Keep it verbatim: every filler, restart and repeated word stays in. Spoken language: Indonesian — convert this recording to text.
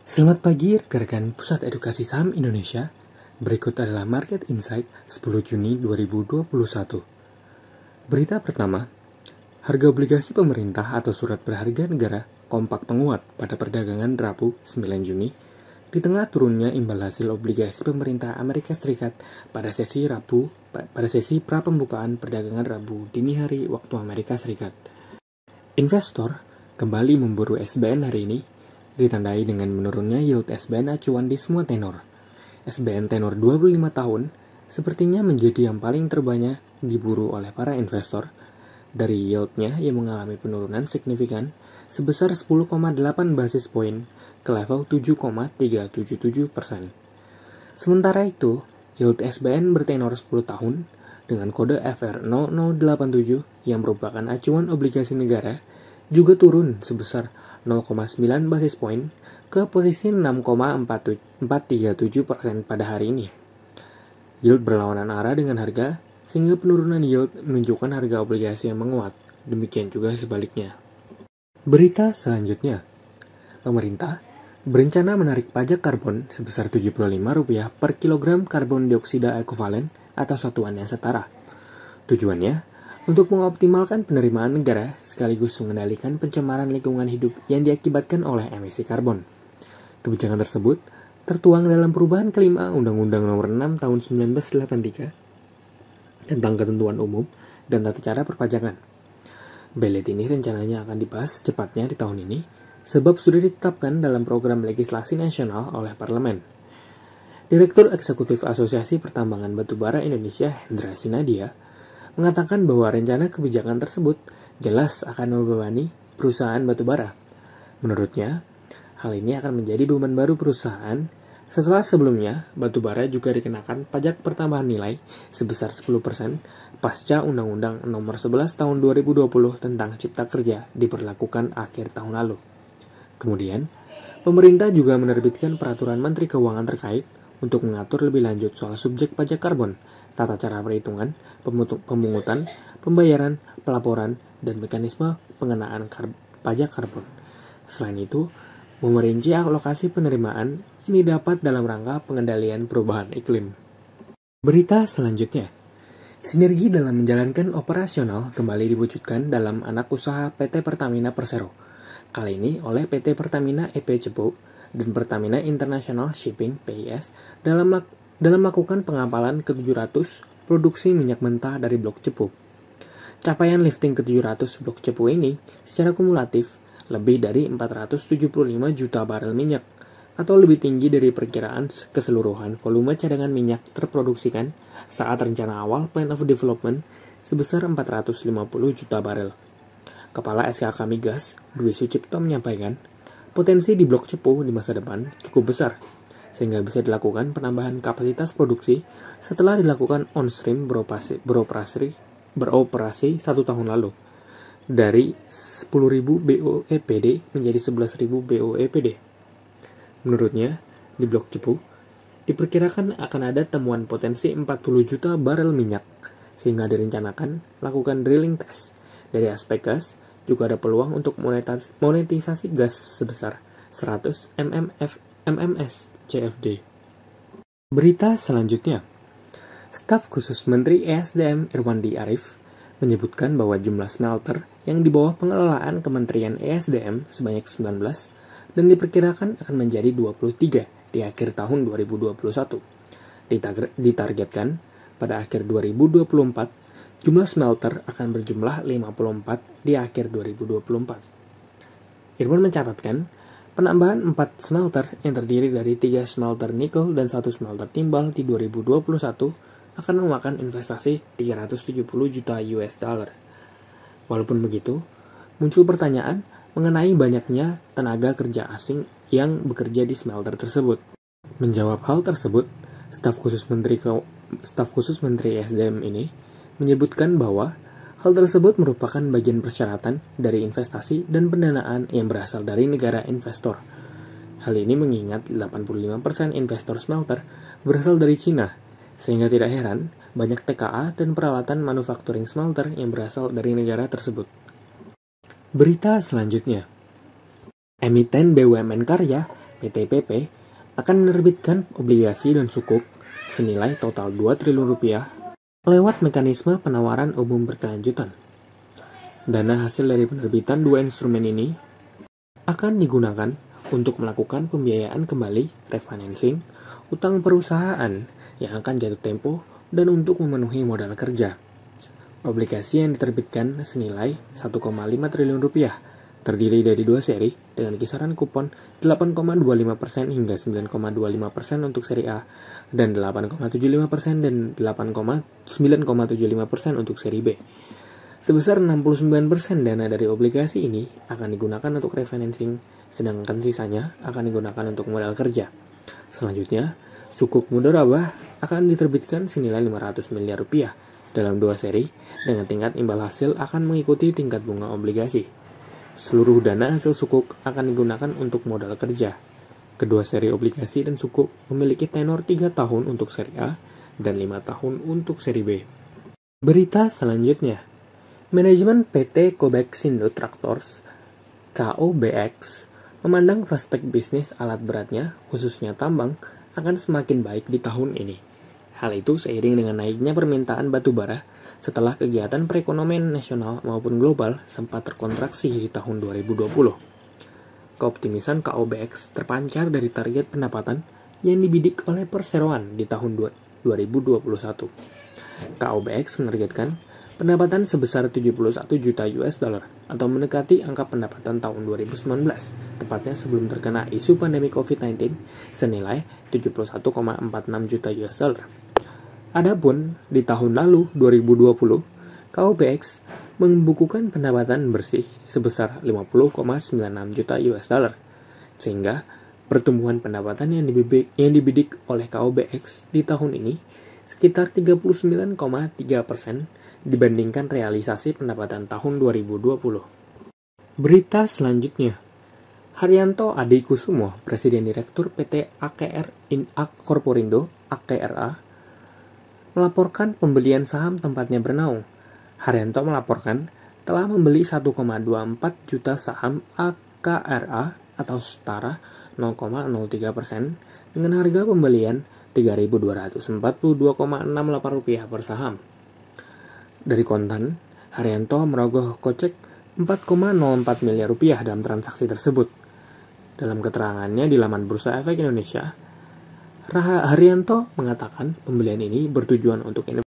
Selamat pagi rekan-rekan Pusat Edukasi Saham Indonesia. Berikut adalah Market Insight sepuluh Juni dua ribu dua puluh satu. Berita pertama, harga obligasi pemerintah atau surat berharga negara kompak menguat pada perdagangan Rabu sembilan Juni di tengah turunnya imbal hasil obligasi pemerintah Amerika Serikat pada sesi Rabu pada sesi pra pembukaan perdagangan Rabu dini hari waktu Amerika Serikat. Investor kembali memburu S B N hari ini, ditandai dengan menurunnya yield S B N acuan di semua tenor. S B N tenor dua puluh lima tahun sepertinya menjadi yang paling terbanyak diburu oleh para investor, dari yieldnya yang mengalami penurunan signifikan sebesar sepuluh koma delapan basis poin ke level tujuh koma tiga tujuh tujuh persen. Sementara itu, yield S B N bertenor sepuluh tahun dengan kode F R nol nol delapan tujuh yang merupakan acuan obligasi negara juga turun sebesar nol koma sembilan basis poin ke posisi enam koma empat tiga tujuh persen pada hari ini. Yield berlawanan arah dengan harga, sehingga penurunan yield menunjukkan harga obligasi yang menguat. Demikian juga sebaliknya. Berita selanjutnya, pemerintah berencana menarik pajak karbon sebesar tujuh puluh lima rupiah per kilogram karbon dioksida ekuivalen atau satuan yang setara. Tujuannya untuk mengoptimalkan penerimaan negara sekaligus mengendalikan pencemaran lingkungan hidup yang diakibatkan oleh emisi karbon. Kebijakan tersebut tertuang dalam perubahan kelima Undang-Undang Nomor enam Tahun seribu sembilan ratus delapan puluh tiga tentang ketentuan umum dan tata cara perpajakan. Belet ini rencananya akan dibahas secepatnya di tahun ini, sebab sudah ditetapkan dalam program legislasi nasional oleh Parlemen. Direktur Eksekutif Asosiasi Pertambangan Batubara Indonesia, Hendra Sinadia, mengatakan bahwa rencana kebijakan tersebut jelas akan membebani perusahaan batubara. Menurutnya, hal ini akan menjadi beban baru perusahaan setelah sebelumnya batubara juga dikenakan pajak pertambahan nilai sebesar sepuluh persen pasca Undang-Undang Nomor sebelas Tahun dua ribu dua puluh tentang Cipta Kerja diberlakukan akhir tahun lalu. Kemudian, pemerintah juga menerbitkan peraturan Menteri Keuangan terkait untuk mengatur lebih lanjut soal subjek pajak karbon, tata cara perhitungan, pemungutan, pembayaran, pelaporan, dan mekanisme pengenaan kar- pajak karbon. Selain itu, memerinci alokasi penerimaan ini dapat dalam rangka pengendalian perubahan iklim. Berita selanjutnya, sinergi dalam menjalankan operasional kembali diwujudkan dalam anak usaha P T Pertamina Persero. Kali ini oleh P T Pertamina E P Cepu dan Pertamina International Shipping P I S dalam dalam melakukan pengapalan ke tujuh ratus produksi minyak mentah dari blok Cepu. Capaian lifting ke tujuh ratus blok Cepu ini secara kumulatif lebih dari empat ratus tujuh puluh lima juta barel minyak, atau lebih tinggi dari perkiraan keseluruhan volume cadangan minyak terproduksikan saat rencana awal Plan of Development sebesar empat ratus lima puluh juta barel. Kepala S K K Migas, Dwi Sucipto menyampaikan, potensi di blok Cepu di masa depan cukup besar, sehingga bisa dilakukan penambahan kapasitas produksi setelah dilakukan on-stream beroperasi, beroperasi, beroperasi satu tahun lalu, dari sepuluh ribu B O E P D menjadi sebelas ribu B O E P D. Menurutnya, di blok Cepu, diperkirakan akan ada temuan potensi empat puluh juta barel minyak, sehingga direncanakan melakukan drilling test. Dari aspek gas, juga ada peluang untuk monetisasi gas sebesar seratus M M S C F D. Berita selanjutnya, Staf Khusus Menteri E S D M Irwandi Arief menyebutkan bahwa jumlah smelter yang di bawah pengelolaan Kementerian E S D M sebanyak sembilan belas dan diperkirakan akan menjadi dua puluh tiga di akhir tahun dua ribu dua puluh satu. Ditargetkan pada akhir dua ribu dua puluh empat, jumlah smelter akan berjumlah lima puluh empat di akhir dua ribu dua puluh empat. Irwan mencatatkan penambahan empat smelter yang terdiri dari tiga smelter nikel dan satu smelter timbal di dua ribu dua puluh satu akan memakan investasi tiga ratus tujuh puluh juta U S dollar. Walaupun begitu, muncul pertanyaan mengenai banyaknya tenaga kerja asing yang bekerja di smelter tersebut. Menjawab hal tersebut, staf khusus Menteri Ke- staf khusus Menteri E S D M ini menyebutkan bahwa hal tersebut merupakan bagian persyaratan dari investasi dan pendanaan yang berasal dari negara investor. Hal ini mengingat delapan puluh lima persen investor smelter berasal dari Cina, sehingga tidak heran banyak T K A dan peralatan manufacturing smelter yang berasal dari negara tersebut. Berita selanjutnya, emiten B U M N karya P T P P akan menerbitkan obligasi dan sukuk senilai total dua triliun rupiah lewat mekanisme penawaran umum berkelanjutan. Dana hasil dari penerbitan dua instrumen ini akan digunakan untuk melakukan pembiayaan kembali refinancing utang perusahaan yang akan jatuh tempo dan untuk memenuhi modal kerja. Obligasi yang diterbitkan senilai satu koma lima triliun rupiah terdiri dari dua seri dengan kisaran kupon delapan koma dua lima persen hingga sembilan koma dua lima persen untuk seri A dan delapan koma tujuh lima persen dan delapan koma sembilan tujuh lima persen untuk seri B. Sebesar enam puluh sembilan persen dana dari obligasi ini akan digunakan untuk refinancing, sedangkan sisanya akan digunakan untuk modal kerja. Selanjutnya, sukuk mudharabah akan diterbitkan senilai lima ratus miliar rupiah dalam dua seri dengan tingkat imbal hasil akan mengikuti tingkat bunga obligasi. Seluruh dana hasil sukuk akan digunakan untuk modal kerja. Kedua seri obligasi dan sukuk memiliki tenor tiga tahun untuk seri A dan lima tahun untuk seri B. Berita selanjutnya, manajemen P T Kobeksindo Tractors (K O B X) memandang prospek bisnis alat beratnya, khususnya tambang, akan semakin baik di tahun ini. Hal itu seiring dengan naiknya permintaan batu bara setelah kegiatan perekonomian nasional maupun global sempat terkontraksi di tahun dua ribu dua puluh. Keoptimisan K O B X terpancar dari target pendapatan yang dibidik oleh perseroan di tahun dua ribu dua puluh satu. K O B X menargetkan pendapatan sebesar tujuh puluh satu juta U S dollar atau mendekati angka pendapatan tahun dua ribu sembilan belas, tepatnya sebelum terkena isu pandemi covid sembilan belas senilai tujuh puluh satu koma empat enam juta U S dollar. Adapun di tahun lalu dua ribu dua puluh, K O B X membukukan pendapatan bersih sebesar lima puluh koma sembilan enam juta U S dollar, sehingga pertumbuhan pendapatan yang dibidik, yang dibidik oleh K O B X di tahun ini sekitar tiga puluh sembilan koma tiga persen dibandingkan realisasi pendapatan tahun dua ribu dua puluh. Berita selanjutnya, Haryanto Adikusumo, Presiden Direktur P T A K R in Korporindo A K R A, melaporkan pembelian saham tempatnya bernaung. Haryanto melaporkan telah membeli satu koma dua empat juta saham A K R A atau setara nol koma nol tiga persen dengan harga pembelian tiga ribu dua ratus empat puluh dua koma enam delapan rupiah per saham. Dari kontan, Haryanto merogoh kocek empat koma nol empat miliar rupiah dalam transaksi tersebut. Dalam keterangannya di laman Bursa Efek Indonesia, Haryanto mengatakan pembelian ini bertujuan untuk